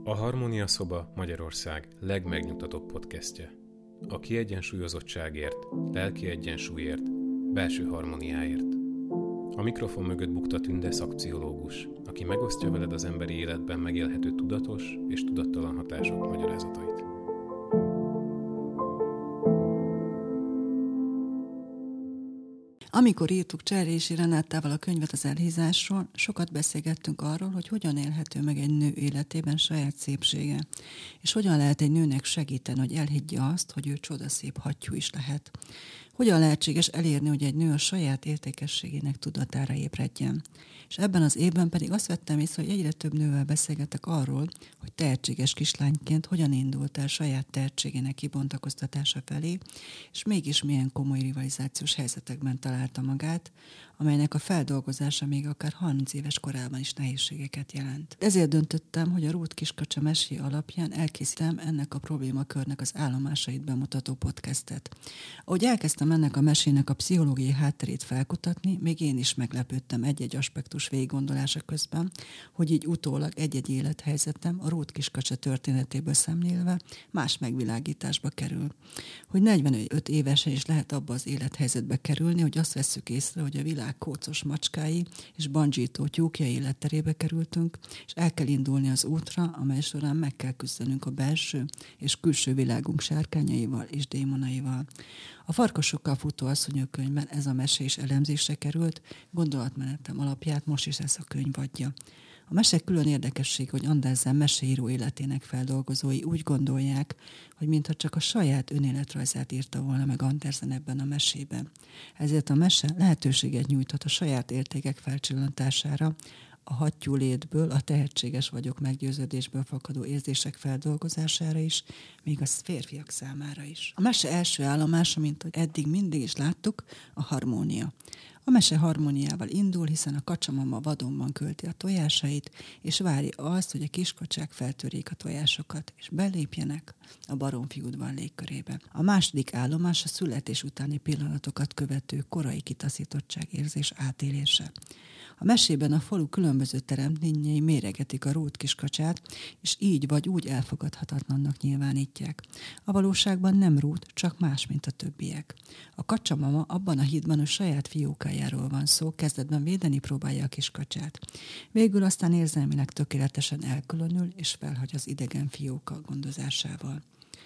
A Harmónia Szoba Magyarország legmegnyugtatóbb podcastje. A kiegyensúlyozottságért, lelki egyensúlyért, belső harmóniáért. A mikrofon mögött bukta Tünde szakpszichológus, aki megosztja veled az emberi életben megélhető tudatos és tudattalan hatások magyarázatait. Amikor írtuk Cserrési Renátával a könyvet az elhízásról, sokat beszélgettünk arról, hogy hogyan élhető meg egy nő életében saját szépsége, és hogyan lehet egy nőnek segíteni, hogy elhiggye azt, hogy ő csodaszép hattyú is lehet. Hogyan lehetséges elérni, hogy egy nő a saját értékességének tudatára ébredjen. És ebben az évben pedig azt vettem észre, hogy egyre több nővel beszélgetek arról, hogy tehetséges kislányként hogyan indult el saját tehetségének kibontakoztatása felé, és mégis milyen komoly rivalizációs helyzetekben találta magát, amelynek a feldolgozása még akár 30 éves korában is nehézségeket jelent. Ezért döntöttem, hogy a Ruth Kiskacsa mesé alapján elkészítem ennek a problémakörnek az állomásait bemutató podcastet. Ahogy elkezdtem ennek a mesének a pszichológiai hátterét felkutatni, még én is meglepődtem egy-egy aspektus végiggondolása közben, hogy így utólag egy-egy élethelyzetem a Ruth Kiskacsa történetéből szemlélve más megvilágításba kerül. Hogy 45 évesen is lehet abba az élethelyzetbe kerülni, hogy azt vesszük észre, hogy a világ kócos macskái és bandzsító tyúkja életterébe kerültünk, és el kell indulni az útra, amely során meg kell küzdenünk a belső és külső világunk sárkányaival és démonaival. A Farkasokkal futó asszonyok könyvben ez a mese is elemzésre került, gondolatmenetem alapját most is ez a könyv adja. A mese külön érdekesség, hogy Andersen meseíró életének feldolgozói úgy gondolják, hogy mintha csak a saját önéletrajzát írta volna meg Andersen ebben a mesében. Ezért a mese lehetőséget nyújthat a saját értékek felcsillantására, a hattyú létből, a tehetséges vagyok meggyőződésből fakadó érzések feldolgozására is, még a férfiak számára is. A mese első állomása, mint hogy eddig mindig is láttuk, a harmónia. A mese harmóniával indul, hiszen a kacsamama vadonban költi a tojásait, és várja azt, hogy a kiskacsák feltörjék a tojásokat, és belépjenek a baromfi udvar légkörébe. A második állomás a születés utáni pillanatokat követő korai kitaszítottságérzés átélése. A mesében a falu különböző teremtményei méregetik a Ruth Kiskacsát, és így vagy úgy elfogadhatatlannak nyilvánítják. A valóságban nem Ruth, csak más, mint a többiek. A kacsamama abban a hídban a saját fiókájáról van szó, kezdetben védeni próbálja a kiskacsát. Végül aztán érzelmileg tökéletesen elkülönül, és felhagy az idegen fióka gondozásával.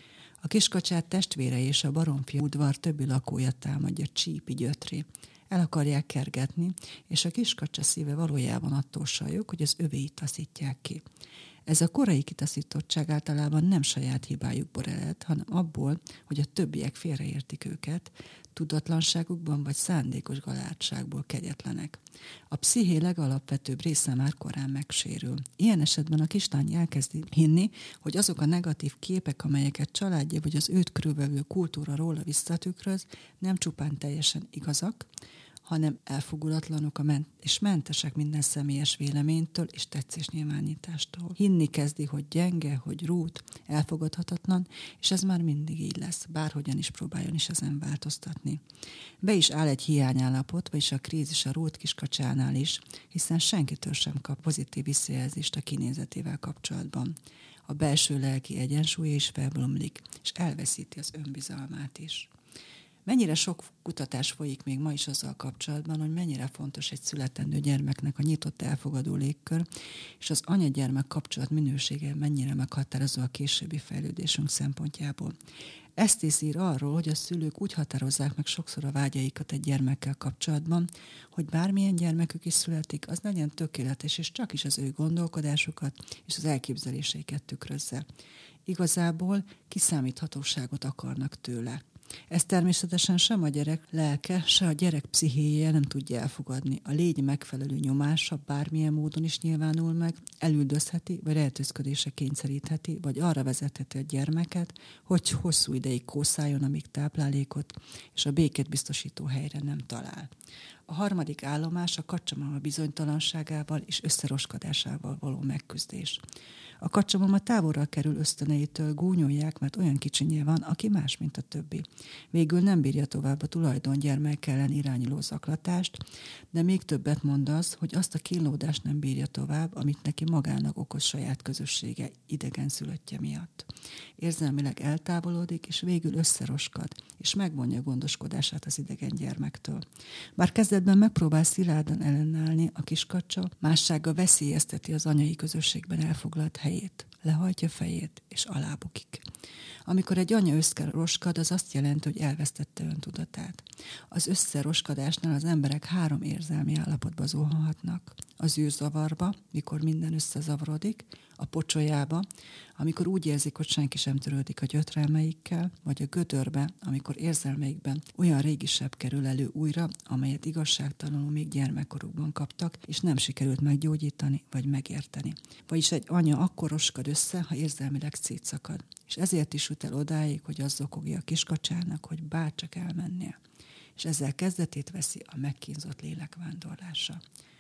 A kiskacsát testvérei és a baromfi udvar többi lakója támadja csípi gyötré. El akarják kergetni, és a kiskacsa szíve valójában attól sajog, hogy az övéit taszítják ki. Ez a korai kitaszítottság általában nem saját hibájukból ered, hanem abból, hogy a többiek félreértik őket, tudatlanságukban vagy szándékos galátságból kegyetlenek. A psziché legalapvetőbb része már korán megsérül. Ilyen esetben a kislány elkezdi hinni, hogy azok a negatív képek, amelyeket családja vagy az őt körülvevő kultúra róla visszatükröz, nem csupán teljesen igazak, hanem elfogulatlanok és mentesek minden személyes véleménytől és tetszésnyilvánítástól. Hinni kezdi, hogy gyenge, hogy Ruth, elfogadhatatlan, és ez már mindig így lesz, bárhogyan is próbáljon is ezen változtatni. Be is áll egy hiányállapot, vagyis a krízis a Ruth Kiskacsánál is, hiszen senkitől sem kap pozitív visszajelzést a kinézetével kapcsolatban. A belső lelki egyensúlya is felbomlik, és elveszíti az önbizalmát is. Mennyire sok kutatás folyik még ma is azzal kapcsolatban, hogy mennyire fontos egy születendő gyermeknek a nyitott elfogadó légkör, és az anya-gyermek kapcsolat minősége mennyire meghatározó a későbbi fejlődésünk szempontjából. Ezt ír arról, hogy a szülők úgy határozzák meg sokszor a vágyaikat egy gyermekkel kapcsolatban, hogy bármilyen gyermekük is születik, az legyen tökéletes, és csak is az ő gondolkodásukat és az elképzeléseiket tükrözze. Igazából kiszámíthatóságot akarnak tőle. Ezt természetesen sem a gyerek lelke, se a gyerek pszichéje nem tudja elfogadni. A légy megfelelő nyomása bármilyen módon is nyilvánul meg, elüldözheti, vagy rejtőzködésre kényszerítheti, vagy arra vezetheti a gyermeket, hogy hosszú ideig kószáljon, amíg táplálékot és a békét biztosító helyre nem talál. A harmadik állomás a kacsamama bizonytalanságával és összeroskadásával való megküzdés. A kacsamama távolra kerül ösztöneitől, gúnyolják, mert olyan kicsinyé van, aki más, mint a többi. Végül nem bírja tovább a tulajdon gyermek ellen irányuló zaklatást, de még többet mond az, hogy azt a kínlódást nem bírja tovább, amit neki magának okoz saját közössége idegen szülöttje miatt. Érzelmileg eltávolodik, és végül összeroskad, és megvonja gondoskodását az idegen gyermektől. Bár kezdetben megpróbál szilárdan ellenállni, a kiskacsa mássága veszélyezteti az anyai közösségben elfoglalt helyét, lehajtja fejét, és alábukik. Amikor egy anya összeroskad, az azt jelenti, hogy elvesztette öntudatát. Az összeroskadásnál az emberek 3 érzelmi állapotba zuhanhatnak. Az űrzavarba, mikor minden összezavarodik, a pocsolyába, amikor úgy érzik, hogy senki sem törődik a gyötrelmeikkel, vagy a gödörbe, amikor érzelmeikben olyan régi seb kerül elő újra, amelyet igazságtalanul még gyermekkorukban kaptak, és nem sikerült meggyógyítani, vagy megérteni. Vagyis egy anya akkor roskad össze, ha érzelmileg szétszakad. És ezért is jut el odáig, hogy az zokogja a kiskacsának, hogy bárcsak elmennie. És ezzel kezdetét veszi a megkínzott lélek vándorlása.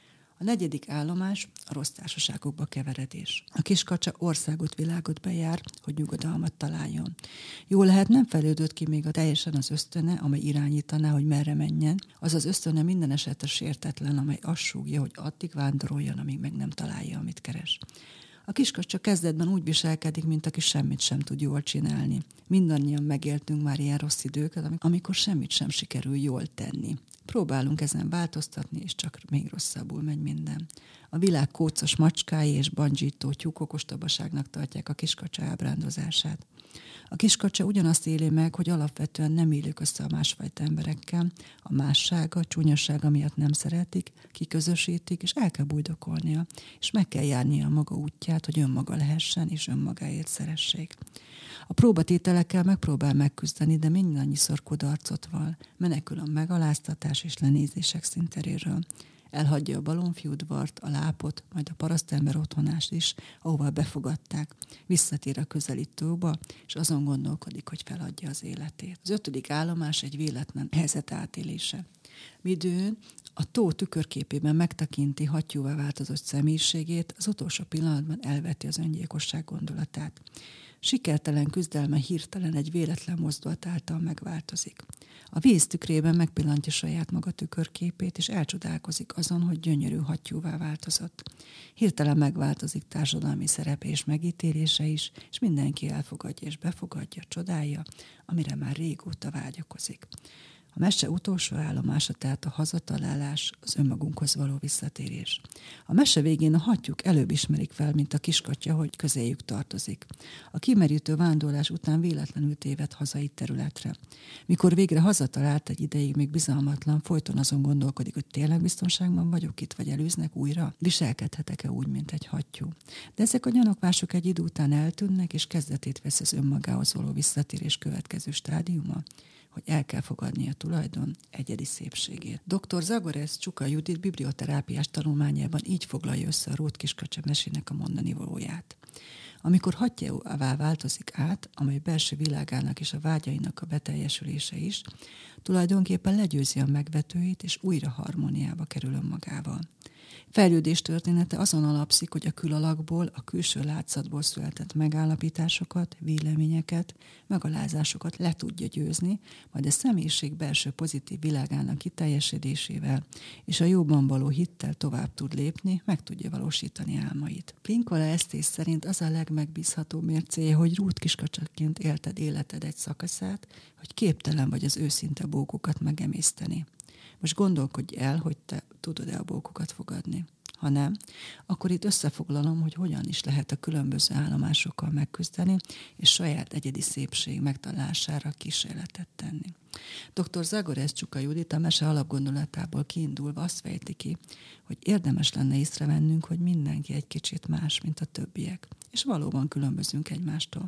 A 4. állomás a rossz társaságokba keveredés. A kiskacsa országot, világot bejár, hogy nyugodalmat találjon. Jól lehet, nem fejlődött ki még teljesen az ösztöne, amely irányítaná, hogy merre menjen. Az az ösztöne minden esetre sértetlen, amely azt súgja, hogy addig vándoroljon, amíg meg nem találja, amit keres. A kiskacsa kezdetben úgy viselkedik, mint aki semmit sem tud jól csinálni. Mindannyian megéltünk már ilyen rossz időket, amikor semmit sem sikerül jól tenni. Próbálunk ezen változtatni, és csak még rosszabbul megy minden. A világ kócos macskái és bandzsító tyúkok ostobaságnak tartják a kiskacsa ábrándozását. A kiskacsa ugyanazt éli meg, hogy alapvetően nem illik össze a másfajta emberekkel, a mássága, csúnyassága miatt nem szeretik, kiközösítik, és el kell bujdokolnia, és meg kell járnia a maga útját, hogy önmaga lehessen, és önmagáért szeressék. A próbatételekkel megpróbál megküzdeni, de mindannyiszor kudarcot val, menekül a megaláztatás és lenézések színteréről. Elhagyja a balonfiudvart, a lápot, majd a parasztember otthonást is, ahová befogadták. Visszatér a közeli tóba, és azon gondolkodik, hogy feladja az életét. Az 5. állomás egy véletlen helyzet átélése. Midőn a tó tükörképében megtekinti hattyúvá változott személyiségét, az utolsó pillanatban elveti az öngyilkosság gondolatát. Sikertelen küzdelme hirtelen egy véletlen mozdulat által megváltozik. A víz tükrében megpillantja saját maga tükörképét, és elcsodálkozik azon, hogy gyönyörű hattyúvá változott. Hirtelen megváltozik társadalmi szerepe és megítélése is, és mindenki elfogadja és befogadja, csodálja, amire már régóta vágyakozik. A mese utolsó állomása tehát a hazatalálás, az önmagunkhoz való visszatérés. A mese végén a hattyúk előbb ismerik fel, mint a kiskatya, hogy közéjük tartozik. A kimerítő vándorlás után véletlenül téved hazai területre. Mikor végre hazatalált, egy ideig még bizalmatlan, folyton azon gondolkodik, hogy tényleg biztonságban vagyok itt, vagy elűznek újra? Viselkedhetek-e úgy, mint egy hattyú? De ezek a gyanakvások egy idő után eltűnnek, és kezdetét vesz az önmagához való visszatérés következő stádiuma, hogy el kell fogadni a tulajdon egyedi szépségét. Dr. Zagoresz Csuka Judit biblioterápiás tanulmányában így foglalja össze a Rót kiskacsa mesének a mondani valóját. Amikor hattyúvá változik át, amely belső világának és a vágyainak a beteljesülése is, tulajdonképpen legyőzi a megvetőit, és újra harmóniába kerül önmagával. Fejlődés története azon alapszik, hogy a külalakból, a külső látszatból született megállapításokat, véleményeket, megalázásokat le tudja győzni, majd a személyiség belső pozitív világának kiteljesedésével és a jóban való hittel tovább tud lépni, meg tudja valósítani álmait. Pinkola Estés szerint az a legmegbízhatóbb mércéje, hogy Ruth kiskacsaként élted életed egy szakaszát, hogy képtelen vagy az őszinte bókokat megemészteni. Most gondolkodj el, hogy te tudod-e a bókokat fogadni. Ha nem, akkor itt összefoglalom, hogy hogyan is lehet a különböző állomásokkal megküzdeni, és saját egyedi szépség megtalálására kísérletet tenni. Dr. Zagoresz Csuka Judit a mese alapgondolatából kiindulva azt fejti ki, hogy érdemes lenne észrevennünk, hogy mindenki egy kicsit más, mint a többiek, és valóban különbözünk egymástól.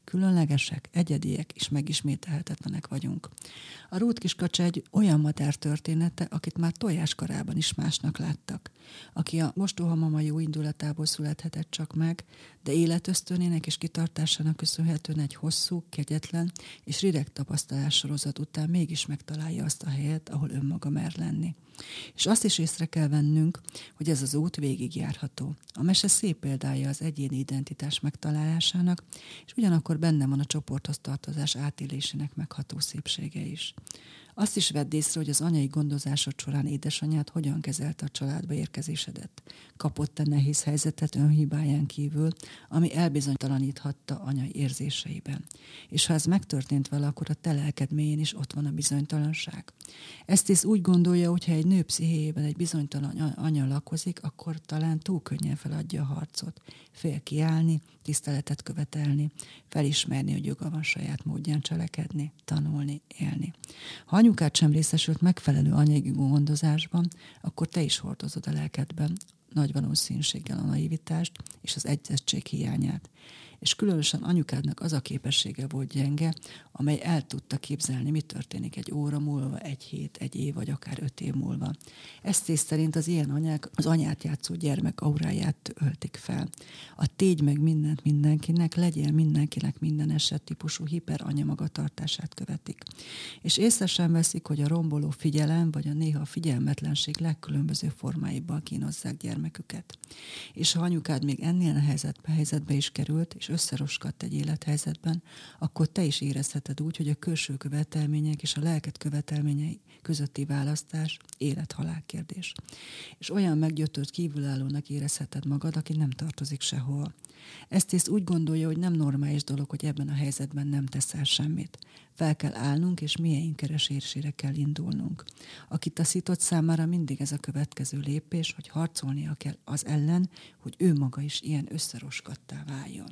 Különlegesek, egyediek és megismételhetetlenek vagyunk. A Ruth kiskacsa egy olyan madár története, akit már tojáskorában is másnak láttak. Aki a mostohamama jó indulatából születhetett csak meg, de életösztönének és kitartásának köszönhetően egy hosszú, kegyetlen és rideg tapasztalássorozat után mégis megtalálja azt a helyet, ahol önmaga mer lenni. És azt is észre kell vennünk, hogy ez az út végigjárható. A mese szép példája az egyéni identitás megtalálásának, és ugyanakkor benne van a csoporthoz tartozás átélésének megható szépsége is. Azt is vedd észre, hogy az anyai gondozásod során édesanyád hogyan kezelte a családba érkezésedet. Kapott-e nehéz helyzetet önhibáján kívül, ami elbizonytalaníthatta anyai érzéseiben. És ha ez megtörtént vele, akkor a te lelked mélyén is ott van a bizonytalanság. Ezt úgy gondolja, hogy ha egy nő pszichéjében egy bizonytalan anya lakozik, akkor talán túl könnyen feladja a harcot. Fél kiállni, tiszteletet követelni, felismerni, hogy joga van saját módján cselekedni, tanulni, élni. Ha anyukád sem részesült megfelelő anyai gondozásban, akkor te is hordozod a lelkedben nagy valószínűséggel a naivitást és az egyzettség hiányát. És különösen anyukádnak az a képessége volt gyenge, amely el tudta képzelni, mi történik egy óra múlva, egy hét, egy év, vagy akár 5 év múlva. Esztész szerint az ilyen anyák az anyát játszó gyermek auráját öltik fel. A tégy meg mindent mindenkinek, legyél mindenkinek minden eset típusú hiperanya magatartását követik. És észre sem veszik, hogy a romboló figyelem, vagy a néha figyelmetlenség legkülönbözőbb formáiban kínozzák gyermeküket. És ha anyukád még ennél a helyzetbe is került, és összeroskadt egy élethelyzetben, akkor te is érezheted úgy, hogy a külső követelmények és a lelked követelményei közötti választás élet-halál kérdés. És olyan meggyötört kívülállónak érezheted magad, aki nem tartozik sehol. Ezt úgy gondolja, hogy nem normális dolog, hogy ebben a helyzetben nem teszel semmit. Fel kell állnunk, és mélyeink keresésére kell indulnunk. Aki taszított számára mindig ez a következő lépés, hogy harcolnia kell az ellen, hogy ő maga is ilyen összeroskattá váljon.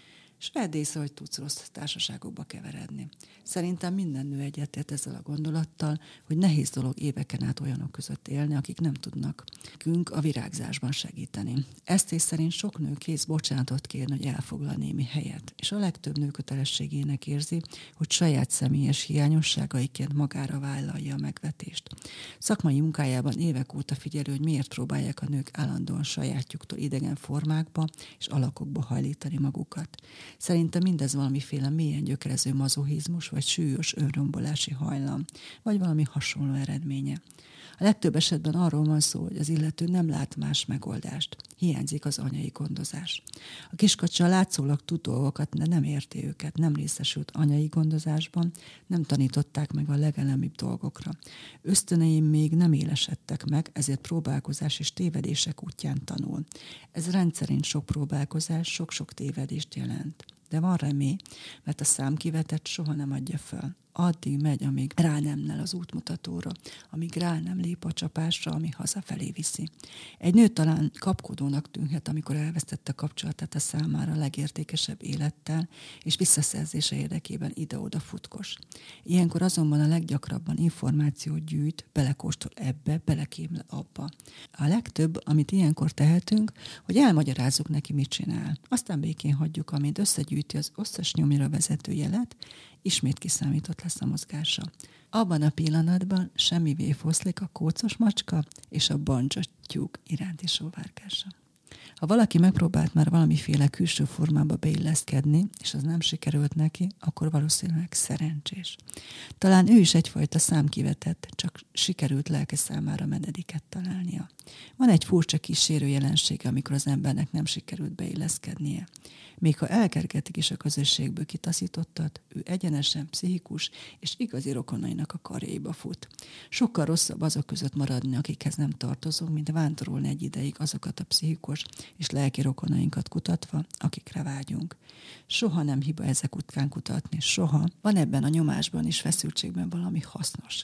És vedd észre, hogy tudsz rossz társaságokba keveredni. Szerintem minden nő egyetért ezzel a gondolattal, hogy nehéz dolog éveken át olyanok között élni, akik nem tudnak nekünk a virágzásban segíteni. Esztész szerint sok nő kész bocsánatot kérni, hogy elfoglal némi helyet, és a legtöbb nő kötelességének érzi, hogy saját személyes hiányosságaiként magára vállalja a megvetést. Szakmai munkájában évek óta figyelő, hogy miért próbálják a nők állandóan sajátjuktól idegen formákba és alakokba hajlítani magukat. Szerintem mindez valamiféle mélyen gyökerező mazochizmus, vagy súlyos önrombolási hajlam, vagy valami hasonló eredménye. A legtöbb esetben arról van szó, hogy az illető nem lát más megoldást. Hiányzik az anyai gondozás. A kiskacsa látszólag tud dolgokat, de nem érti őket, nem részesült anyai gondozásban, nem tanították meg a legelemibb dolgokra. Ösztöneim még nem élesedtek meg, ezért próbálkozás és tévedések útján tanul. Ez rendszerint sok próbálkozás, sok-sok tévedést jelent. De van remény, mert a számkivetett soha nem adja föl. Addig megy, amíg rá nem nel az útmutatóra, amíg rá nem lép a csapásra, ami hazafelé viszi. Egy nő talán kapkodónak tűnhet, amikor elvesztette kapcsolatát a számára legértékesebb élettel, és visszaszerzése érdekében ide-oda futkos. Ilyenkor azonban a leggyakrabban információt gyűjt, belekóstol ebbe, belekémle abba. A legtöbb, amit ilyenkor tehetünk, hogy elmagyarázzuk neki, mit csinál. Aztán békén hagyjuk, amint összegyűjti az összes nyomra vezető jelet, ismét kiszámított lesz a mozgása. Abban a pillanatban semmivé foszlik a kócos macska és a bandzsa tyúk iránti sóvárgása. Ha valaki megpróbált már valamiféle külső formába beilleszkedni, és az nem sikerült neki, akkor valószínűleg szerencsés. Talán ő is egyfajta számkivetett, csak sikerült lelke számára menedéket találnia. Van egy furcsa kísérő jelensége, amikor az embernek nem sikerült beilleszkednie. Még ha elkergetik is a közösségből kitaszítottat, ő egyenesen pszichikus és igazi rokonainak a karjaiba fut. Sokkal rosszabb azok között maradni, akikhez nem tartozunk, mint vándorolni egy ideig azokat a pszichikus és lelki rokonainkat kutatva, akikre vágyunk. Soha nem hiba ezek után kutatni, soha. Van ebben a nyomásban és feszültségben valami hasznos.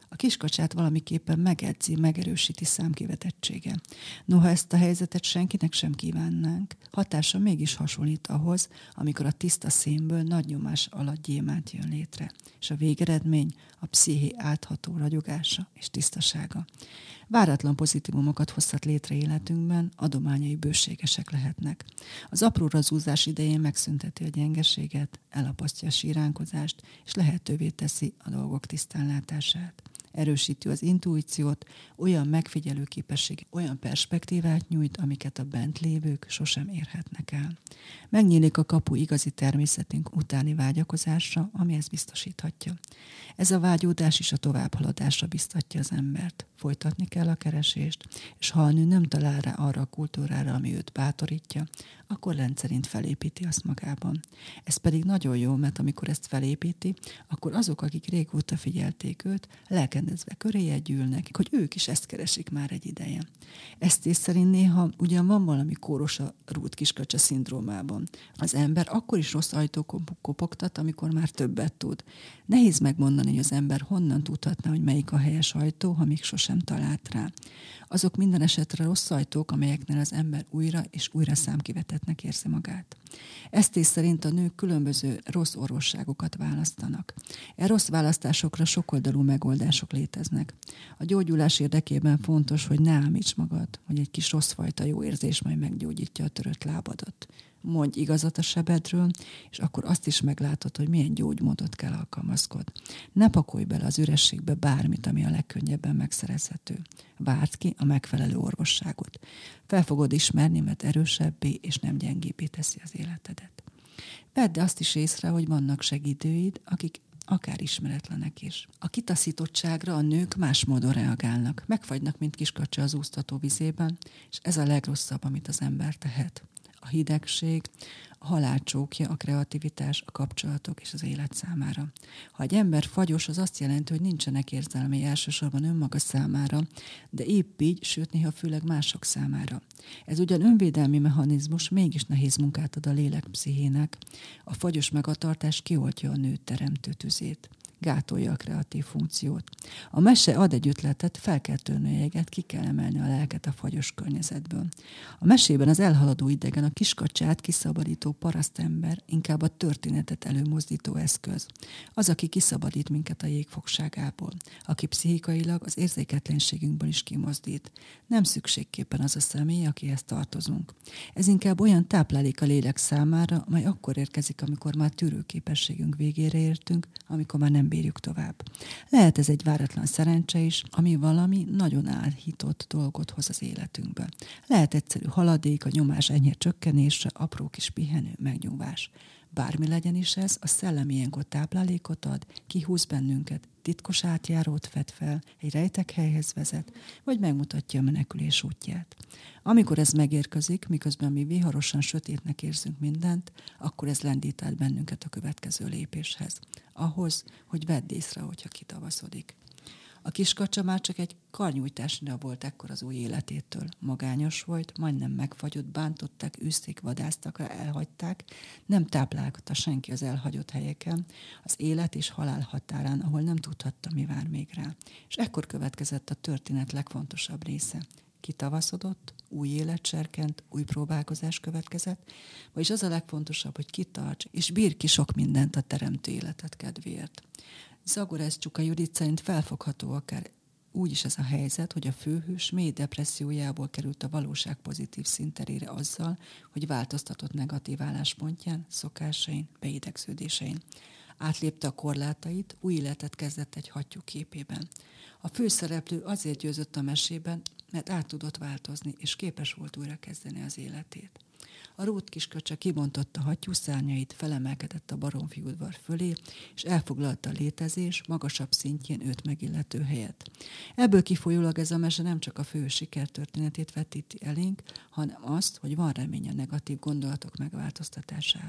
A kiskacsát valamiképpen megedzi, megerősíti számkivetettsége. Noha ezt a helyzetet senkinek sem kívánnánk, hatása mégis hasonlít ahhoz, amikor a tiszta szénből nagy nyomás alatt gyémánt jön létre, és a végeredmény a psziché átható ragyogása és tisztasága. Váratlan pozitívumokat hozhat létre életünkben, adományai bőségesek lehetnek. Az apró razúzás idején megszünteti a gyengeséget, elapasztja a síránkozást, és lehetővé teszi a dolgok tisztánlátását. Erősíti az intuíciót, olyan megfigyelő képesség, olyan perspektívát nyújt, amiket a bent lévők sosem érhetnek el. Megnyílik a kapu igazi természetünk utáni vágyakozásra, ami ezt biztosíthatja. Ez a vágyódás is a továbbhaladásra biztatja az embert. Folytatni kell a keresést, és ha a nő nem talál rá arra a kultúrára, ami őt bátorítja, akkor rendszerint felépíti azt magában. Ez pedig nagyon jó, mert amikor ezt felépíti, akkor azok, akik régóta figyelték őt, lelkendezve köréje gyűlnek, hogy ők is ezt keresik már egy ideje. Ezt szerint néha ugyan van valami kóros a Ruth kiskacsa szindrómában. Az ember akkor is rossz ajtókon kopogtat, amikor már többet tud. Nehéz megmondani, hogy az ember honnan tudhatná, hogy melyik a helyes ajtó, ha még sosem talált rá. Azok minden esetre rossz ajtók, amelyeknél az ember újra és újra számkivetettnek érzi magát. Esztés szerint a nők különböző rossz orvosságokat választanak. Rossz választásokra sokoldalú megoldások léteznek. A gyógyulás érdekében fontos, hogy ne ámíts magad, hogy egy kis rosszfajta jó érzés majd meggyógyítja a törött lábadat. Mondj igazat a sebedről, és akkor azt is meglátod, hogy milyen gyógymódot kell alkalmazkod. Ne pakolj bele az ürességbe bármit, ami a legkönnyebben megszerezhető. Várd ki a megfelelő orvosságot. Fel fogod ismerni, mert erősebbé és nem gyengébbé teszi az életedet. Vedd azt is észre, hogy vannak segítőid, akik akár ismeretlenek is. A kitaszítottságra a nők más módon reagálnak. Megfagynak, mint kiskacsa az úsztató vizében, és ez a legrosszabb, amit az ember tehet. A hidegség, a halál csókja, a kreativitás, a kapcsolatok és az élet számára. Ha egy ember fagyos, az azt jelenti, hogy nincsenek érzelmei elsősorban önmaga számára, de épp így, sőt néha főleg mások számára. Ez ugyan önvédelmi mechanizmus, mégis nehéz munkát ad a lélek pszichének. A fagyos magatartás kioltja a nőt teremtő tüzét. Gátolja a kreatív funkciót. A mese ad egy ötletet, fel kell törni a jeget, ki kell emelni a lelket a fagyos környezetből. A mesében az elhaladó idegen, a kiskacsát kiszabadító parasztember inkább a történetet előmozdító eszköz. Az, aki kiszabadít minket a jég fogságából, aki pszichikailag az érzéketlenségünkből is kimozdít. Nem szükségképpen az a személy, akihez tartozunk. Ez inkább olyan táplálék a lélek számára, mely akkor érkezik, amikor már tűrőképességünk végére értünk, amikor már nem bírjuk tovább. Lehet ez egy váratlan szerencse is, ami valami nagyon álhított dolgot hoz az életünkbe. Lehet egyszerű haladék, a nyomás enyhe csökkenése, apró kis pihenő, megnyugvás. Bármi legyen is ez, a szellem ilyenkor táplálékot ad, kihúz bennünket, titkos átjárót vet fel, egy rejtek helyhez vezet, vagy megmutatja a menekülés útját. Amikor ez megérkezik, miközben mi viharosan sötétnek érzünk mindent, akkor ez lendít át bennünket a következő lépéshez. Ahhoz, hogy vedd észre, hogyha kitavaszodik. A kiskacsa már csak egy karnyújtásnyira volt ekkor az új életétől. Magányos volt, majdnem megfagyott, bántották, űzték, vadáztak rá, elhagyták. Nem táplálkotta senki az elhagyott helyeken, az élet és halál határán, ahol nem tudhatta, mi vár még rá. És ekkor következett a történet legfontosabb része. Kitavaszodott, új élet serkent, új próbálkozás következett, vagyis az a legfontosabb, hogy kitarts, és bír ki sok mindent a teremtő életet kedvéért. Zagoresz Csuka Judit szerint felfogható akár úgy is ez a helyzet, hogy a főhős mély depressziójából került a valóság pozitív színterére azzal, hogy változtatott negatív álláspontján, szokásain, beidegződésein. Átlépte a korlátait, új életet kezdett egy hattyú képében. A főszereplő azért győzött a mesében, mert át tudott változni, és képes volt újra kezdeni az életét. A Ruth kiskacsa kibontotta hattyú szárnyait, felemelkedett a baromfiudvar fölé, és elfoglalta a létezés magasabb szintjén őt megillető helyet. Ebből kifolyólag ez a mese nem csak a fő sikertörténetét vetíti elénk, hanem azt, hogy van remény a negatív gondolatok megváltoztatására.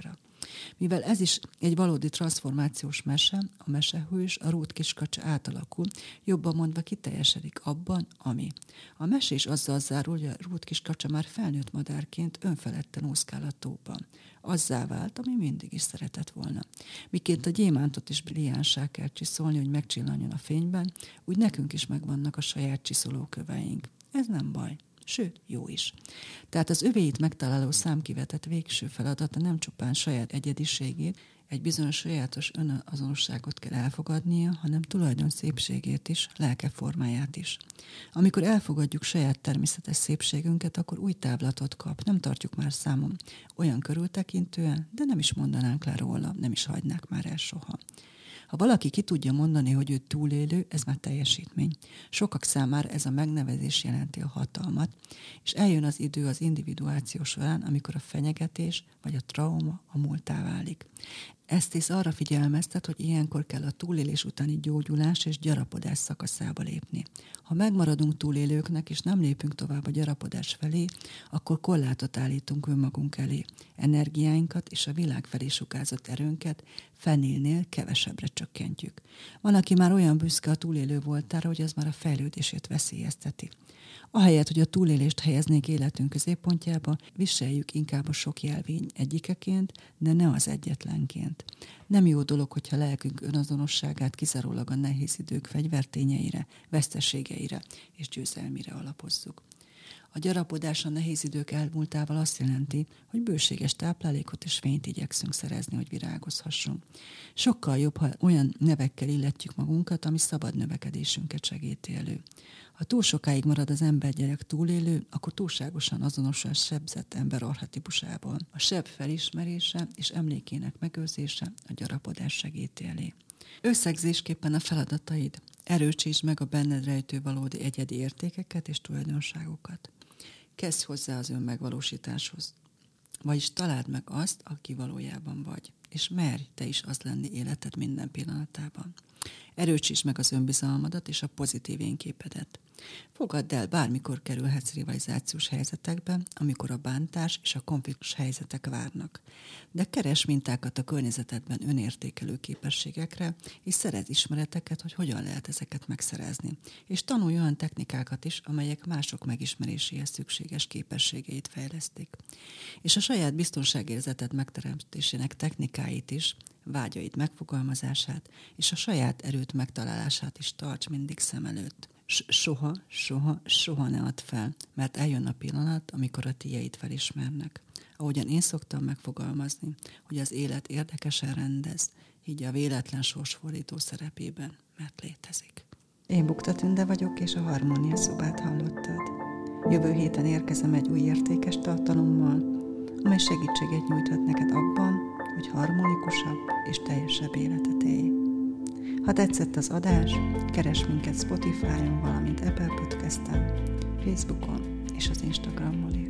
Mivel ez is egy valódi transformációs mese, a mesehős, a Ruth Kiskacsa átalakul, jobban mondva kiteljesedik abban, ami. A mesés azzal zárul, hogy a Ruth Kiskacsa már felnőtt madárként önfeledten úszkál a tóban. Azzá vált, ami mindig is szeretett volna. Miként a gyémántot is brilliánssá kell csiszolni, hogy megcsillanjon a fényben, úgy nekünk is megvannak a saját csiszolóköveink. Ez nem baj. Sőt, jó is. Tehát az övéit megtaláló számkivetett végső feladata nem csupán saját egyediségét, egy bizonyos sajátos önazonosságot kell elfogadnia, hanem tulajdon szépségét is, lelke formáját is. Amikor elfogadjuk saját természetes szépségünket, akkor új távlatot kap, nem tartjuk már számon olyan körültekintően, de nem is mondanánk le róla, nem is hagynák már el soha. Ha valaki ki tudja mondani, hogy ő túlélő, ez már teljesítmény. Sokak számára ez a megnevezés jelenti a hatalmat, és eljön az idő az individuáció során, amikor a fenyegetés vagy a trauma a múlttá válik. Ezt arra figyelmeztet, hogy ilyenkor kell a túlélés utáni gyógyulás és gyarapodás szakaszába lépni. Ha megmaradunk túlélőknek és nem lépünk tovább a gyarapodás felé, akkor korlátot állítunk önmagunk elé. Energiáinkat és a világ felé sugázott erőnket fennél kevesebbre csökkentjük. Van, aki már olyan büszke a túlélő voltára, hogy ez már a fejlődését veszélyezteti. Ahelyett, hogy a túlélést helyeznék életünk középpontjába, viseljük inkább a sok jelvény egyikeként, de ne az egyetlenként. Nem jó dolog, hogyha lelkünk önazonosságát kizárólag a nehéz idők fegyvertényeire, veszteségeire és győzelmire alapozzuk. A gyarapodás a nehéz idők elmúltával azt jelenti, hogy bőséges táplálékot és fényt igyekszünk szerezni, hogy virágozhassunk. Sokkal jobb, ha olyan nevekkel illetjük magunkat, ami szabad növekedésünket segíti elő. Ha túl sokáig marad az embergyerek túlélő, akkor túlságosan azonosul a sebzett ember archetipusával. A seb felismerése és emlékének megőrzése a gyarapodás segíti elé. Összegzésképpen a feladataid. Erősítsd meg a benned rejtő valódi egyedi értékeket és tulajdonságokat. Kezdj hozzá az önmegvalósításhoz. Vagyis találd meg azt, aki valójában vagy, és merj te is az lenni életed minden pillanatában. Erősítsd meg az önbizalmadat és a pozitív énképedet. Fogadd el, bármikor kerülhetsz rivalizációs helyzetekbe, amikor a bántás és a konfliktus helyzetek várnak. De keresd mintákat a környezetedben önértékelő képességekre, és szerezd ismereteket, hogy hogyan lehet ezeket megszerezni. És tanulj olyan technikákat is, amelyek mások megismeréséhez szükséges képességeit fejlesztik. És a saját biztonságérzeted megteremtésének technikáit is, vágyaid megfogalmazását és a saját erőt megtalálását is tarts mindig szem előtt. Soha ne add fel, mert eljön a pillanat, amikor a tiéd felismernek. Ahogyan én szoktam megfogalmazni, hogy az élet érdekesen rendez, így a véletlen sorsfordító szerepében, mert létezik. Én Bukta Tünde vagyok, és a Harmónia Szobát hallottad. Jövő héten érkezem egy új értékes tartalommal, amely segítséget nyújthat neked abban, hogy harmonikusabb és teljesebb életet élj. Ha tetszett az adás, keresd minket Spotify-on, valamint Apple Podcast-en, Facebookon és az Instagramon is.